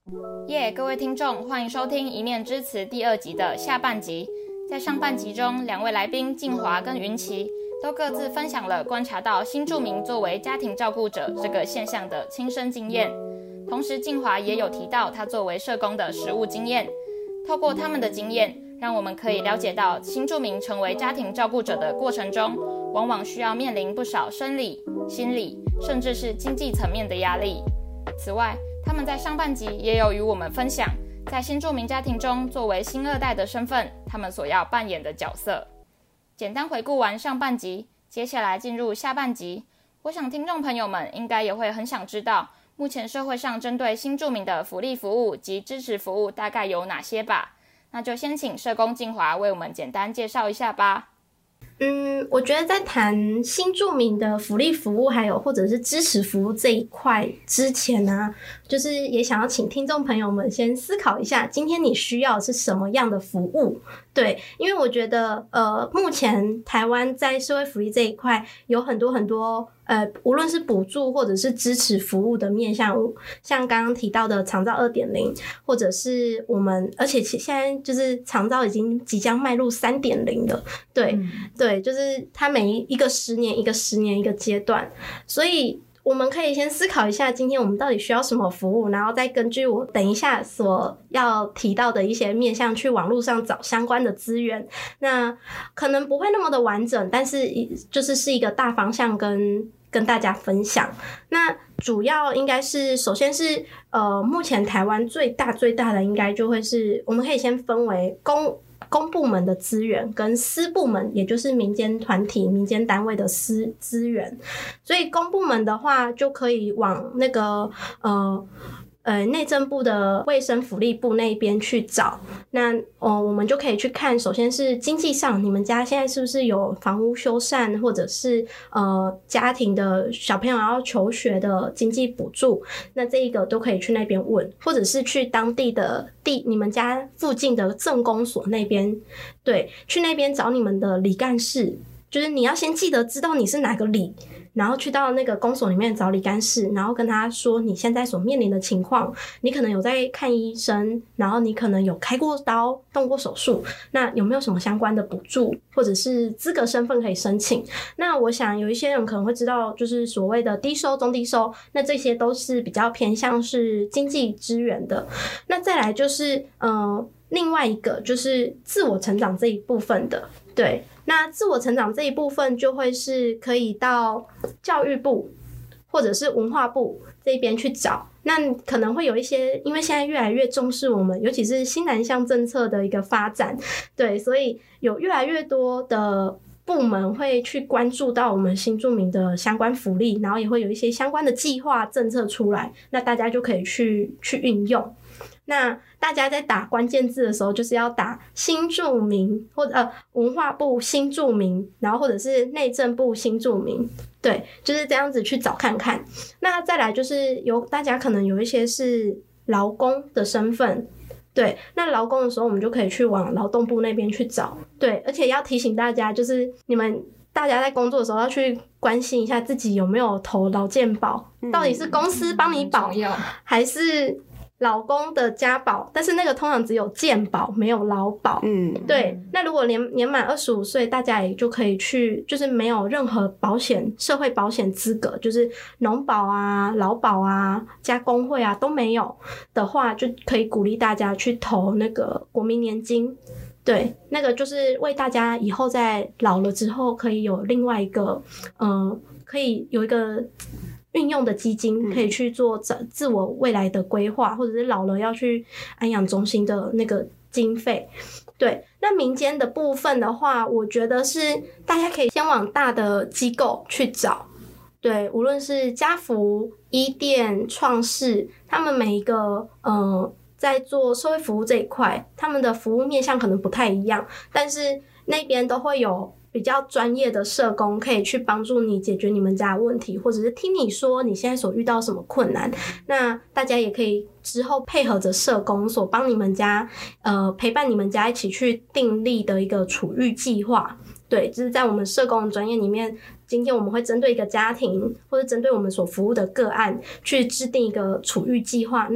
各位听众，欢迎收听《一面之词》第2集的下半集。在上半集中，两位来宾静华跟云琪都各自分享了观察到新住民作为家庭照顾者这个现象的亲身经验。同时，静华也有提到他作为社工的实务经验。透过他们的经验，让我们可以了解到新住民成为家庭照顾者的过程中，往往需要面临不少生理、心理，甚至是经济层面的压力。此外，他们在上半集也有与我们分享，在新住民家庭中作为新二代的身份，他们所要扮演的角色。简单回顾完上半集，接下来进入下半集。我想听众朋友们应该也会很想知道，目前社会上针对新住民的福利服务及支持服务大概有哪些吧？那就先请社工静华为我们简单介绍一下吧。 我觉得在谈新住民的福利服务还有或者是支持服务这一块之前呢，就是也想要请听众朋友们先思考一下，今天你需要的是什么样的服务。对，因为我觉得目前台湾在社会福利这一块有很多无论是补助或者是支持服务的面向，像刚刚提到的长照 2.0， 或者是我们而且现在就是长照已经即将迈入 3.0 了。对，就是它每一个10年一个阶段，所以我们可以先思考一下今天我们到底需要什么服务，然后再根据我等一下所要提到的一些面向去网络上找相关的资源。那可能不会那么的完整，但是是一个大方向跟大家分享。那主要应该是首先是目前台湾最大的应该就会是我们可以先分为公部门的资源跟私部门，也就是民间团体民间单位的资源。所以公部门的话就可以往那个内政部的卫生福利部那边去找。那我们就可以去看，首先是经济上，你们家现在是不是有房屋修缮，或者是家庭的小朋友要求学的经济补助，那这一个都可以去那边问，或者是去当地的你们家附近的政工所那边，对，去那边找你们的里干事，就是你要先记得知道你是哪个里，然后去到那个公所里面找里干事，然后跟他说你现在所面临的情况，你可能有在看医生，然后你可能有开过刀动过手术，那有没有什么相关的补助或者是资格身份可以申请。那我想有一些人可能会知道就是所谓的低收中低收，那这些都是比较偏向是经济支援的。那再来就是另外一个就是自我成长这一部分的。对，那自我成长这一部分就会是可以到教育部或者是文化部这边去找。那可能会有一些，因为现在越来越重视我们尤其是新南向政策的一个发展，对，所以有越来越多的部门会去关注到我们新住民的相关福利，然后也会有一些相关的计划政策出来，那大家就可以去运用。那大家在打关键字的时候，就是要打新住民或者文化部新住民，然后或者是内政部新住民，对，就是这样子去找看看。那再来就是大家可能有一些是劳工的身份，对，那劳工的时候我们就可以去往劳动部那边去找，对，而且要提醒大家，就是大家在工作的时候要去关心一下自己有没有投劳健保，到底是公司帮你保还是老公的家保，但是那个通常只有健保没有劳保。对，那如果年满25岁，大家也就可以去，就是没有任何社会保险资格，就是农保啊劳保啊加工会啊都没有的话，就可以鼓励大家去投那个国民年金。对，那个就是为大家以后在老了之后可以有另外一个可以有一个运用的基金，可以去做自我未来的规划，或者是老了要去安养中心的那个经费。对，那民间的部分的话，我觉得是大家可以先往大的机构去找，对，无论是家福、伊甸、创世，他们每一个在做社会服务这一块，他们的服务面向可能不太一样，但是那边都会有比较专业的社工可以去帮助你解决你们家的问题，或者是听你说你现在所遇到什么困难。那大家也可以之后配合着社工所帮你们家陪伴你们家一起去订立的一个处遇计划。对，就是在我们社工的专业里面，今天我们会针对一个家庭或者针对我们所服务的个案去制定一个处遇计划。那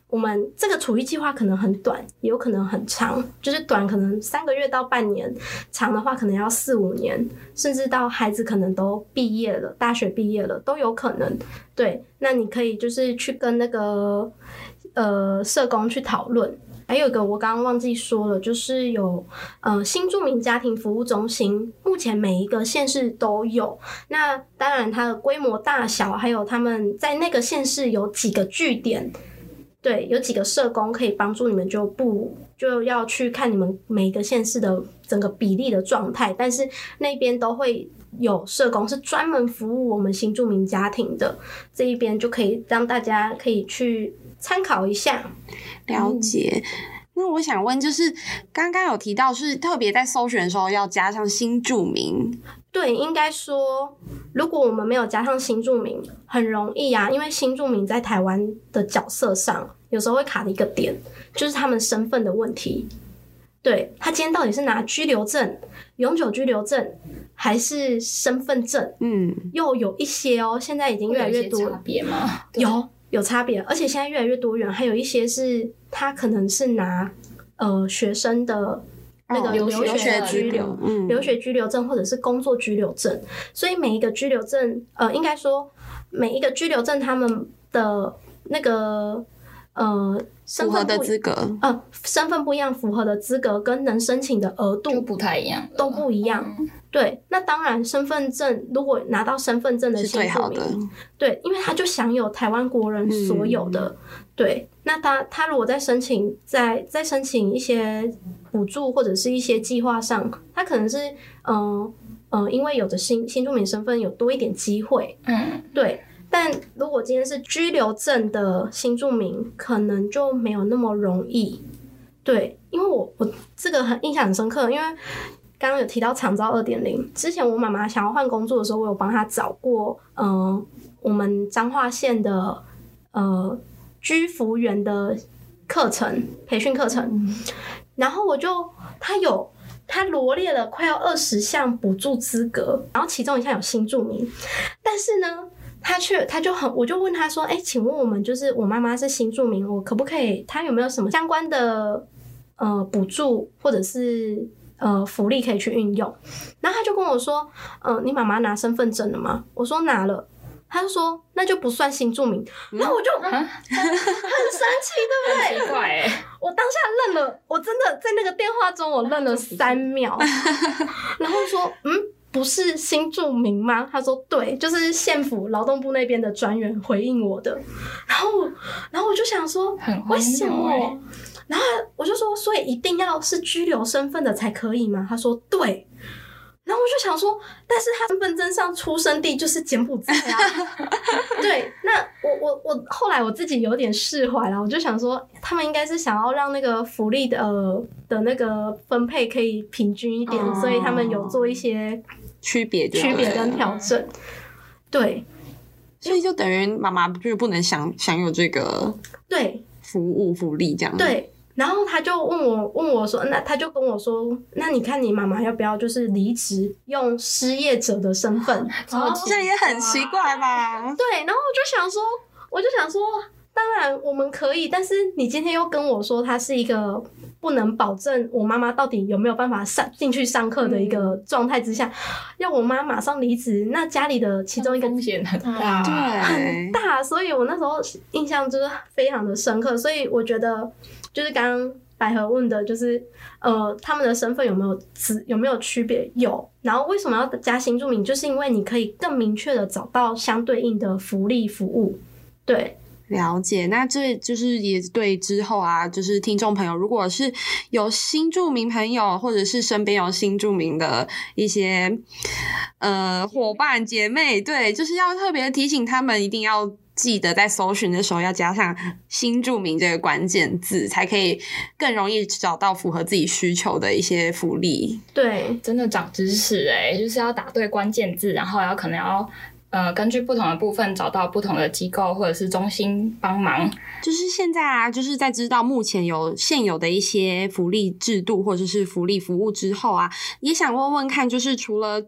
我们这个处遇计划可能很短，也有可能很长，就是短可能3个月到半年，长的话可能要4、5年，甚至到孩子可能都毕业了，大学毕业了都有可能。对，那你可以就是去跟那个社工去讨论。还有一个我刚刚忘记说了，就是有新住民家庭服务中心，目前每一个县市都有。那当然它的规模大小，还有他们在那个县市有几个据点，对，有几个社工可以帮助你们，就要去看你们每一个县市的整个比例的状态，但是那边都会有社工是专门服务我们新住民家庭的，这一边就可以让大家可以去参考一下。 了解。那我想问，就是刚刚有提到是特别在搜寻的时候要加上新住民。 对，应该说如果我们没有加上新住民很容易啊，因为新住民在台湾的角色上有时候会卡的一个点就是他们身份的问题。对，他今天到底是拿居留证、永久居留证还是身份证？又有一些现在已经越来越多。 有差别吗？ 有差别，而且现在越来越多元，还有一些是他可能是拿学生的那个留学居留、留学居留证或者是工作居留证，所以每一个居留证应该说每一个居留证他们的那个符合的资格身份不一样，符合的资格跟能申请的额度不太一样， 都不一样。对，那当然身份证如果拿到身份证的新住民，对，因为他就享有台湾国人所有的，对，那他如果在申请一些补助或者是一些计划上，他可能是因为有的新住民身份有多一点机会，对。但如果今天是居留证的新住民，可能就没有那么容易。对，因为我这个印象很深刻，因为刚刚有提到长照 2.0， 之前我妈妈想要换工作的时候，我有帮她找过我们彰化县的居服员的课程培训课程，然后他罗列了快要20项补助资格，然后其中一项有新住民，但是呢我就问他说请问我们就是我妈妈是新住民，我可不可以他有没有什么相关的补助或者是福利可以去运用？然后他就跟我说你妈妈拿身份证了吗？我说拿了。他就说那就不算新住民，然后我就很生气，对不对？ 很奇怪耶， 我当下愣了，我真的在那个电话中我愣了3秒，然后说不是新住民吗？他说对，就是县府劳动部那边的专员回应我的，然后我就想说为什么？然后我就说所以一定要是居留身份的才可以吗？他说对。然后我就想说，但是他身份证上出生地就是柬埔寨啊。对，那我后来我自己有点释怀了，我就想说，他们应该是想要让那个福利的那个分配可以平均一点，所以他们有做一些区别跟调整。对， 所以就等于妈妈就是不能享有这个对福利这样。 对。然后他就问我说，那他就跟我说，那你看你妈妈要不要就是离职，用失业者的身份？ 这也很奇怪吧？ 对，然后我就想说，当然我们可以，但是你今天又跟我说，它是一个不能保证我妈妈到底有没有办法进去上课的一个状态之下，要我妈马上离职，那家里的其中一个风险很大， 对， 很大，所以我那时候印象就是非常的深刻，所以我觉得。就是刚刚百合问的，就是他们的身份有没有区别？有。然后为什么要加新住民？就是因为你可以更明确的找到相对应的福利服务。对， 了解。那这就是也对之后啊，就是听众朋友，如果是有新住民朋友，或者是身边有新住民的一些伙伴姐妹，对，就是要特别提醒他们，一定要记得在搜寻的时候要加上新住民这个关键字，才可以更容易找到符合自己需求的一些福利。 对， 真的长知识就是要打对关键字，然后可能要根据不同的部分找到不同的机构或者是中心帮忙。 就是现在啊，就是在知道目前现有的一些福利制度或者是福利服务之后啊，也想问问看，就是除了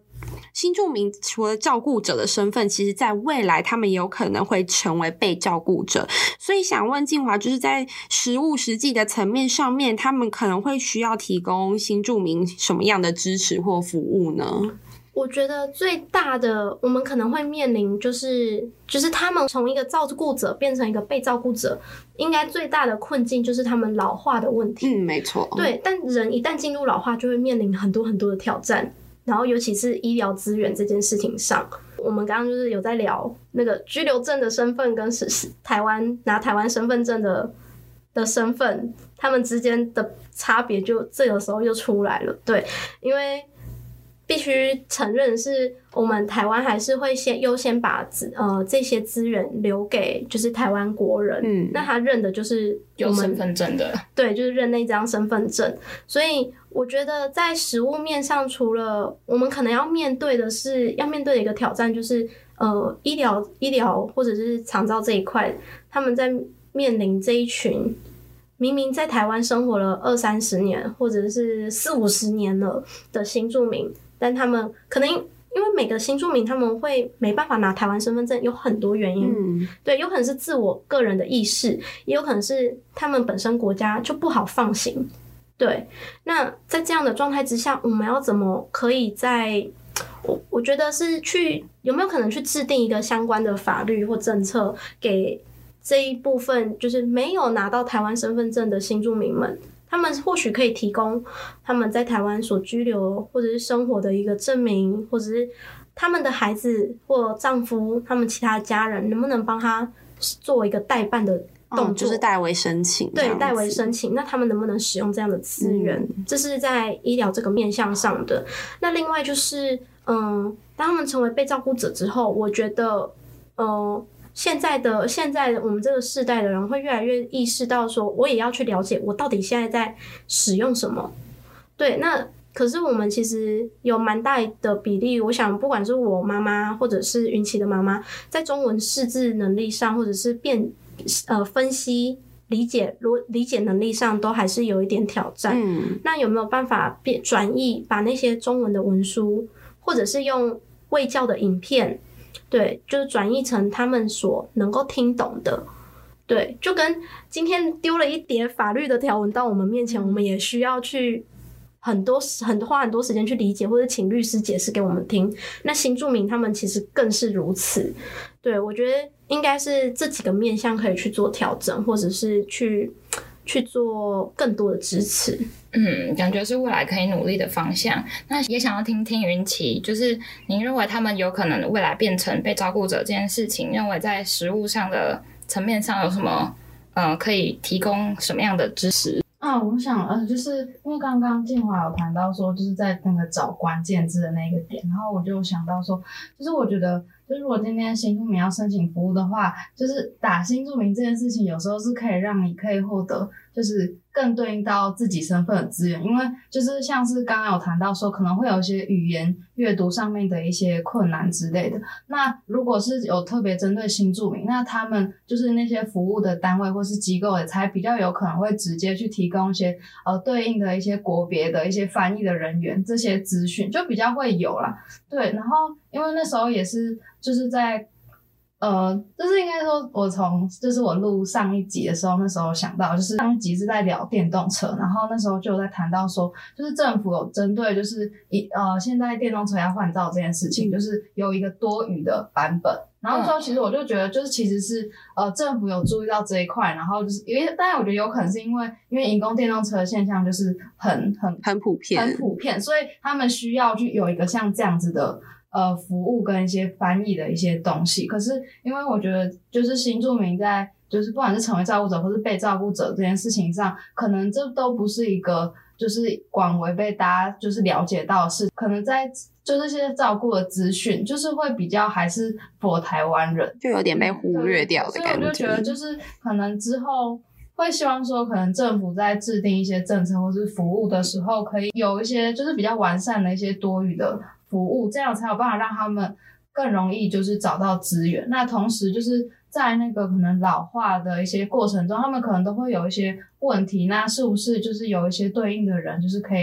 新住民除了照顾者的身份，其实在未来他们也有可能会成为被照顾者。所以想问静华，就是在实务实际的层面上面，他们可能会需要提供新住民什么样的支持或服务呢？ 我觉得最大的我们可能会面临就是他们从一个照顾者变成一个被照顾者，应该最大的困境就是他们老化的问题。 没错。 对，但人一旦进入老化，就会面临很多很多的挑战，然后尤其是医疗资源这件事情上。我们刚刚就是有在聊那个居留证的身份跟拿台湾身份证的身份，他们之间的差别就这个时候又出来了。对，因为必须承认是我们台湾还是会优先把这些资源留给就是台湾国人，那他认的就是有身份证的， 对，就是认那张身份证。所以我觉得在实务面上，除了我们可能要面对的一个挑战，就是医疗或者是长照这一块，他们在面临这一群明明在台湾生活了20-30年或者是40-50年了的新住民，但他们可能因为每个新住民他们会没办法拿台湾身份证，有很多原因。对，有可能是自我个人的意识，也有可能是他们本身国家就不好放行。对，那在这样的状态之下，我们要怎么可以我觉得是有没有可能去制定一个相关的法律或政策，给这一部分就是没有拿到台湾身份证的新住民们，他们或许可以提供他们在台湾所居留或者是生活的一个证明，或者是他们的孩子或丈夫他们其他家人能不能帮他做一个代办的动作， 就是代为申请。 对，代为申请，那他们能不能使用这样的资源，这是在医疗这个面向上的。那另外就是当他们成为被照顾者之后，我觉得现在我们这个世代的人会越来越意识到说，我也要去了解我到底现在在使用什么。对，那可是我们其实有蛮大的比例，我想不管是我妈妈或者是云奇的妈妈，在中文识字能力上或者是分析理解能力上都还是有一点挑战。那有没有办法转译，把那些中文的文书或者是用卫教的影片，对，就是转译成他们所能够听懂的。对，就跟今天丢了一叠法律的条文到我们面前，我们也需要去花很多时间去理解，或者请律师解释给我们听。那新住民他们其实更是如此。对，我觉得应该是这几个面向可以去做调整，或者是去做更多的支持。 感觉是未来可以努力的方向。那也想要听听云奇，就是您认为他们有可能未来变成被照顾者这件事情，认为在实务上的层面上有什么可以提供什么样的支持？ 我想就是因为刚刚静华有谈到说，就是在那个找关键字的那个点，然后我就想到说，就是我觉得就是如果今天新住民要申请服务的话，就是打新住民这件事情有时候是可以让你可以获得就是更对应到自己身份的资源，因为就是像是刚刚有谈到说可能会有一些语言阅读上面的一些困难之类的，那如果是有特别针对新住民，那他们就是那些服务的单位或是机构也才比较有可能会直接去提供一些对应的一些国别的一些翻译的人员，这些资讯就比较会有啦。对，然后因为那时候也是就是在就是应该说就是我录上一集的时候，那时候想到就是上一集是在聊电动车，然后那时候就有在谈到说，就是政府有针对就是现在电动车要换照这件事情，就是有一个多语的版本。然后说其实我就觉得就是其实是政府有注意到这一块，然后就是因为当然我觉得有可能是因为移工电动车的现象就是很普遍， 所以他们需要去有一个像这样子的服务跟一些翻译的一些东西。可是因为我觉得就是新住民在就是不管是成为照顾者或是被照顾者这件事情上，可能这都不是一个就是广为被大家就是了解到的事，可能在就这些照顾的资讯就是会比较还是for台湾人， 就有点被忽略掉的感觉。 所以我就觉得就是可能之后会希望说可能政府在制定一些政策或是服务的时候，可以有一些就是比较完善的一些多语的服务，这样才有办法让他们更容易就是找到资源。那同时就是在那个可能老化的一些过程中，他们可能都会有一些问题，那是不是就是有一些对应的人就是可以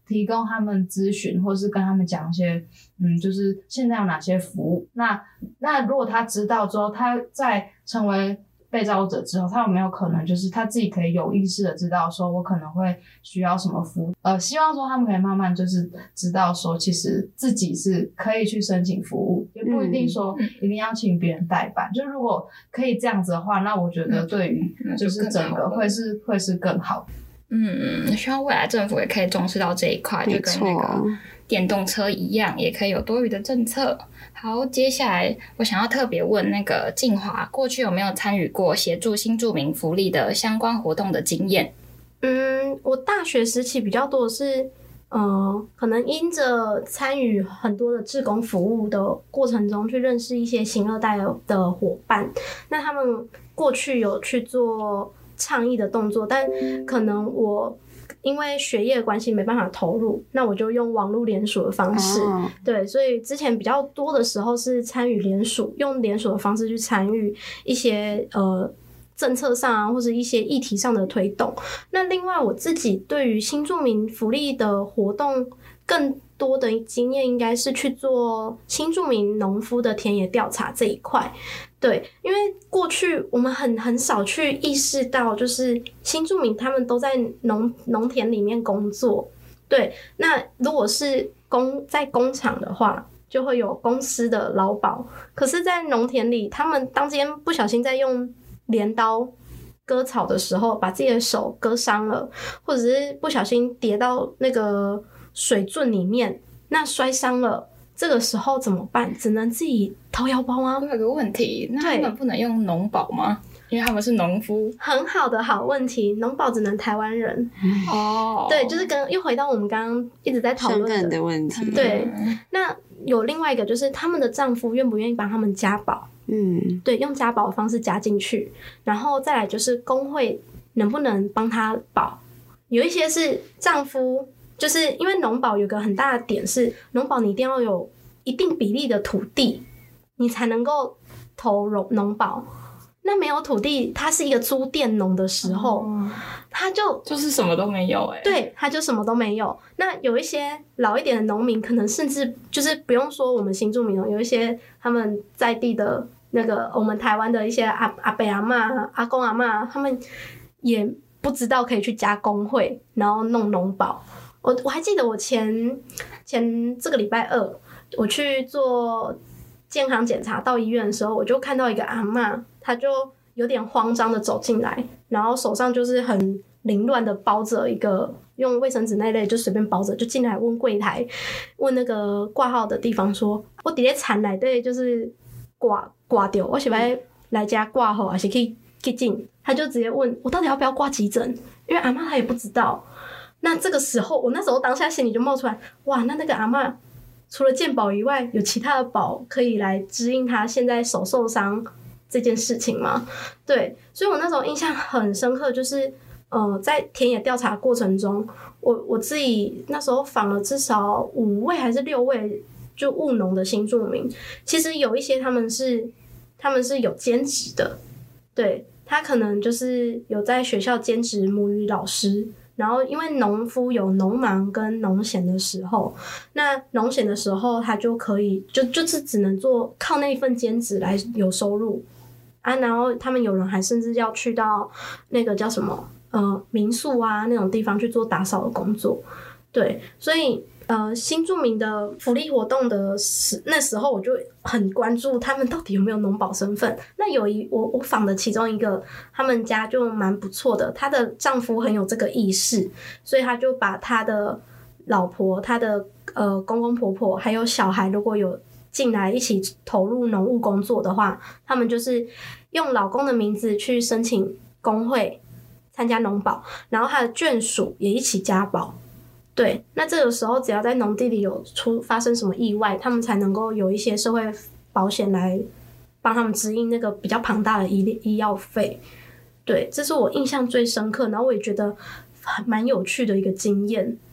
提供他们咨询，或是跟他们讲一些就是现在有哪些服务。那如果他知道之后，他在成为被照顾者之后，他有没有可能就是他自己可以有意识的知道说我可能会需要什么服务，希望说他们可以慢慢就是知道说其实自己是可以去申请服务，也不一定说一定要请别人代办，就如果可以这样子的话，那我觉得对于就是整个会是更好的。 希望未来政府也可以重视到这一块，就跟那个电动车一样，也可以有多余的政策。好，接下来我想要特别问那个静华，过去有没有参与过协助新住民福利的相关活动的经验？ 我大学时期比较多的是，可能因着参与很多的志工服务的过程中，去认识一些新二代的伙伴。那他们过去有去做倡议的动作，但可能我因为学业的关系没办法投入，那我就用网络联署的方式。对，所以之前比较多的时候是参与联署，用联署的方式去参与一些政策上啊，或者一些议题上的推动。那另外我自己对于新住民福利的活动更多的经验应该是去做新住民农夫的田野调查这一块。对，因为过去我们很少去意识到，就是新住民他们都在农田里面工作。对，那如果是在工厂的话，就会有公司的劳保。可是在农田里，他们当间不小心在用镰刀割草的时候，把自己的手割伤了，或者是不小心跌到那个水圳里面，那摔伤了，这个时候怎么办？只能自己掏腰包吗？ 我有个问题，那他们不能用农保吗？因为他们是农夫。 很好的好问题，农保只能台湾人。对，就是又回到我们刚刚一直在讨论身份的问题。 对，那有另外一个就是他们的丈夫愿不愿意帮他们加保？对，用加保的方式加进去，然后再来就是工会能不能帮他保？有一些是丈夫，就是因为农保有个很大的点是，农保你一定要有一定比例的土地，你才能够投农保。那没有土地，他是一个租佃农的时候，他就是什么都没有对，他就什么都没有。那有一些老一点的农民，可能甚至就是不用说我们新住民有一些他们在地的那个我们台湾的一些阿伯阿嬷、阿公阿嬷，他们也不知道可以去加工会，然后弄农保。我还记得我前这个礼拜二，我去做健康检查到医院的时候，我就看到一个阿嬷，她就有点慌张的走进来，然后手上就是很凌乱的包着一个用卫生纸那类就随便包着，就进来问柜台，问那个挂号的地方说，我伫咧田内底就是挂掉，我是要来家挂号还是去急诊？他就直接问我到底要不要挂急诊，因为阿嬷她也不知道。那这个时候，我那时候当下心里就冒出来，哇，那个阿嬷除了健保以外，有其他的保可以来支应她现在手受伤这件事情吗？对，所以我那时候印象很深刻，就是在田野调查过程中，我自己那时候访了至少5位还是6位就务农的新住民，其实有一些他们是有兼职的，对，他可能就是有在学校兼职母语老师。然后因为农夫有农忙跟农闲的时候，那农闲的时候他就可以就是只能靠那一份兼职来有收入啊。然后他们有人还甚至要去到那个叫什么民宿啊那种地方去做打扫的工作。对，所以新住民的福利活动的那时候我就很关注他们到底有没有农保身份。那我访的其中一个，他们家就蛮不错的，她的丈夫很有这个意识，所以他就把他的老婆、他的公公婆婆还有小孩，如果有进来一起投入农务工作的话，他们就是用老公的名字去申请工会参加农保，然后他的眷属也一起加保。对，那这个时候只要在农地里有发生什么意外，他们才能够有一些社会保险来帮他们支应那个比较庞大的医药费。对，这是我印象最深刻，然后我也觉得蛮有趣的一个经验。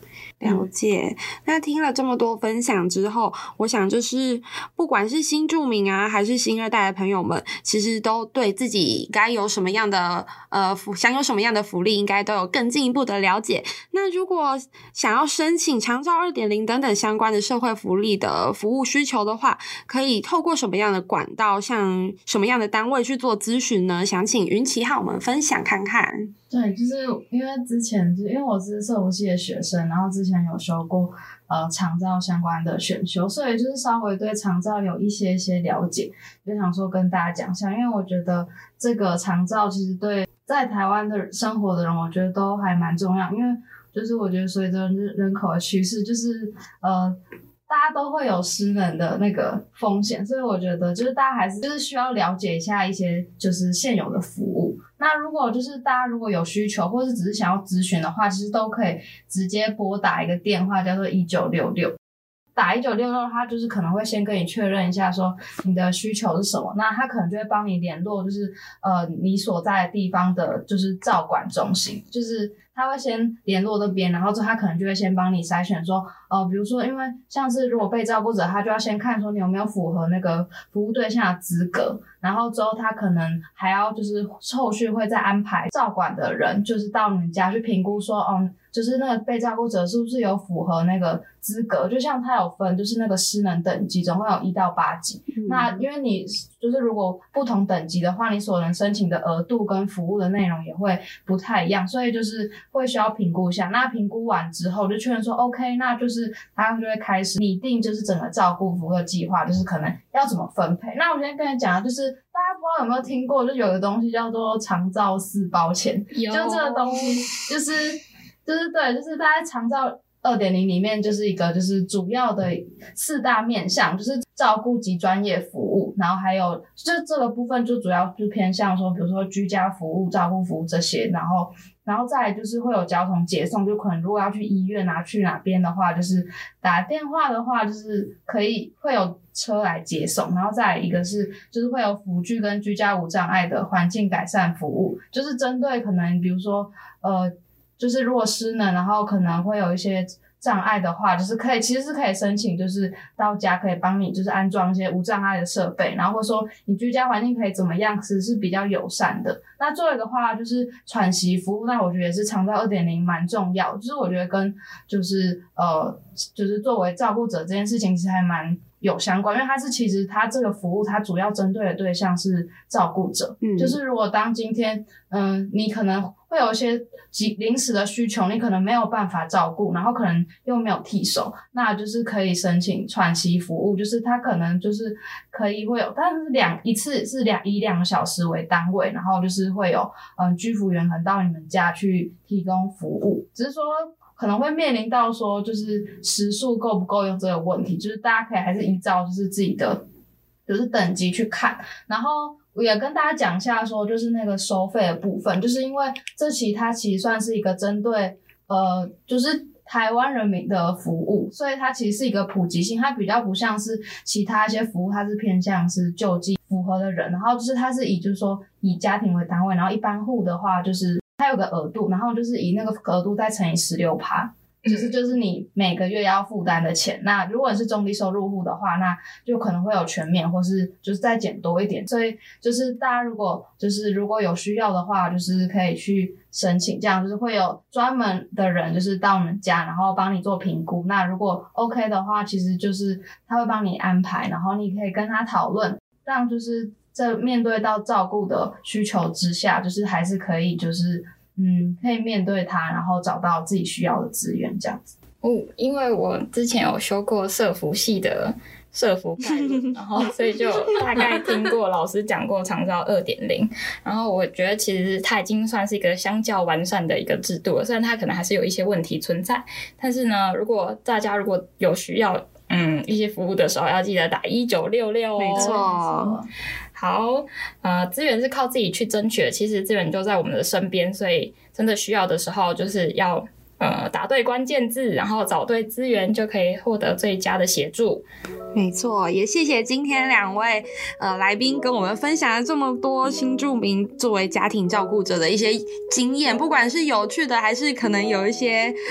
了解。那听了这么多分享之后，我想就是不管是新住民啊，还是新二代的朋友们，其实都对自己该有什么样的享有什么样的福利，应该都有更进一步的了解。那如果想要申请长照 2.0 等等相关的社会福利的服务需求的话，可以透过什么样的管道，向什么样的单位去做咨询呢？想请云琪和我们分享看看。 对，就是因为之前因为我是社福系的学生，然后之前有修过长照相关的选修，所以就是稍微对长照有一些了解，就想说跟大家讲一下，因为我觉得这个长照其实对在台湾的生活的人，我觉得都还蛮重要，因为就是我觉得随着人口的趋势，就是大家都会有失能的那个风险，所以我觉得就是大家还是就是需要了解一下一些就是现有的服务。那如果就是大家如果有需求，或是只是想要咨询的话，其实都可以直接拨打一个电话叫做1966。打1966，他就是可能会先跟你确认一下说你的需求是什么，那他可能就会帮你联络就是你所在的地方的就是照管中心，就是他会先联络那边，然后之后他可能就会先帮你筛选说比如说因为像是如果被照顾者，他就要先看说你有没有符合那个服务对象的资格，然后之后他可能还要就是后续会再安排照管的人就是到你们家去评估说就是那个被照顾者是不是有符合那个资格，就像他有分就是那个失能等级，总共有1到8级。那因为你就是如果不同等级的话，你所能申请的额度跟服务的内容也会不太一样，所以就是会需要评估一下。那评估完之后就确认说 OK， 那就是他就会开始拟定就是整个照顾服务的计划，就是可能要怎么分配。那我今天跟你讲的就是大家不知道有没有听过，就有个东西叫做长照4包钱，就这个东西就是对，就是大家长照2.0 里面就是一个就是主要的4大面向，就是照顾及专业服务，然后还有就这个部分就主要就偏向说比如说居家服务、照顾服务这些，然后再来就是会有交通接送，就可能如果要去医院啊去哪边的话，就是打电话的话就是会有车来接送，然后再来一个是就是会有辅具跟居家无障碍的环境改善服务，就是针对可能比如说就是如果失能，然后可能会有一些障碍的话，就是其实是可以申请，就是到家可以帮你就是安装一些无障碍的设备，然后或者说你居家环境可以怎么样，其实是比较友善的。那最后一个话就是喘息服务，那我觉得也是长照 2.0 蛮重要，就是我觉得跟就是作为照顾者这件事情其实还蛮有相关，因为其实它这个服务它主要针对的对象是照顾者，就是如果当今天你可能会有一些临时的需求，你可能没有办法照顾，然后可能又没有替手，那就是可以申请喘息服务，就是它可能就是可以会有，但是一次是以2个小时为单位，然后就是会有居服员可能到你们家去提供服务，只是说可能会面临到说就是时数够不够用这个问题，就是大家可以还是依照就是自己的就是等级去看。然后我也跟大家讲一下说就是那个收费的部分，就是因为它其实算是一个针对就是台湾人民的服务，所以它其实是一个普及性，它比较不像是其他一些服务，它是偏向是救济符合的人，然后就是它是就是说以家庭为单位，然后一般户的话就是它有个额度，然后就是以那个额度再乘以 16%， 就是你每个月要负担的钱。那如果你是中低收入户的话，那就可能会有全免或是就是再减多一点，所以就是大家如果有需要的话，就是可以去申请，这样就是会有专门的人就是到你们家，然后帮你做评估。那如果 OK 的话，其实就是他会帮你安排，然后你可以跟他讨论，让就是在面对到照顾的需求之下，就是还是可以就是可以面对它，然后找到自己需要的资源这样子。 因为我之前有修过社福系的社福概论，然后所以就大概听过老师讲过长照 2.0， 然后我觉得其实它已经算是一个相较完善的一个制度了，虽然它可能还是有一些问题存在，但是呢，大家如果有需要一些服务的时候，要记得打1966哦。 没错。 好，资源是靠自己去争取的，其实资源就在我们的身边，所以真的需要的时候就是要打对关键字，然后找对资源，就可以获得最佳的协助。 没错，也谢谢今天2位来宾跟我们分享了这么多新住民作为家庭照顾者的一些经验，不管是有趣的还是可能有一些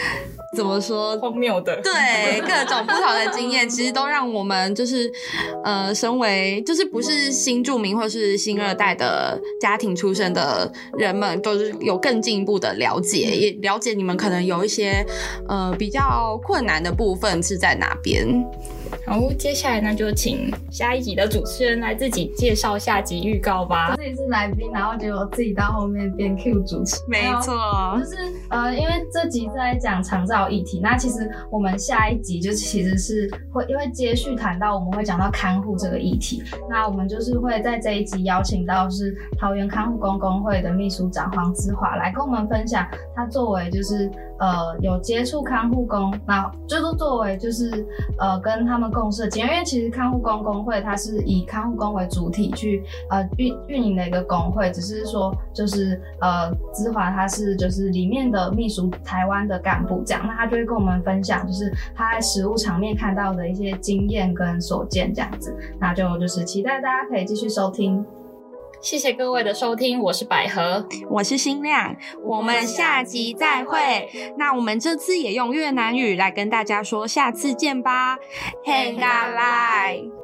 怎么说荒谬的， 对，各种不同的经验，其实都让我们就是身为就是不是新住民或是新二代的家庭出身的人们，都是有更进一步的了解，也了解你们可能有一些比较困难的部分是在哪边。 好，接下来呢就请下一集的主持人来自己介绍下集预告吧。 自己是来宾，然后结果自己到后面变 Q 主持， 没错， 就是因为这集是在讲长照议题，那其实我们下一集就其实是会因为接续谈到我们会讲到看护这个议题，那我们就是会在这一集邀请到是桃园看护工工会的秘书长黄姿华来跟我们分享，他作为就是有接触看护工，那就是作为就是跟他们共事的经验，因为其实看护工工会它是以看护工为主体去运营的一个工会，只是说就是姿华他是就是里面的秘书台湾的干部这样，那他就会跟我们分享就是他在实务场面看到的一些经验跟所见这样子，那就是期待大家可以继续收听。 谢谢各位的收听，我是百合， 我是新亮，我们下集再会。那我们这次也用越南语来跟大家说下次见吧，hẹn gặp lại。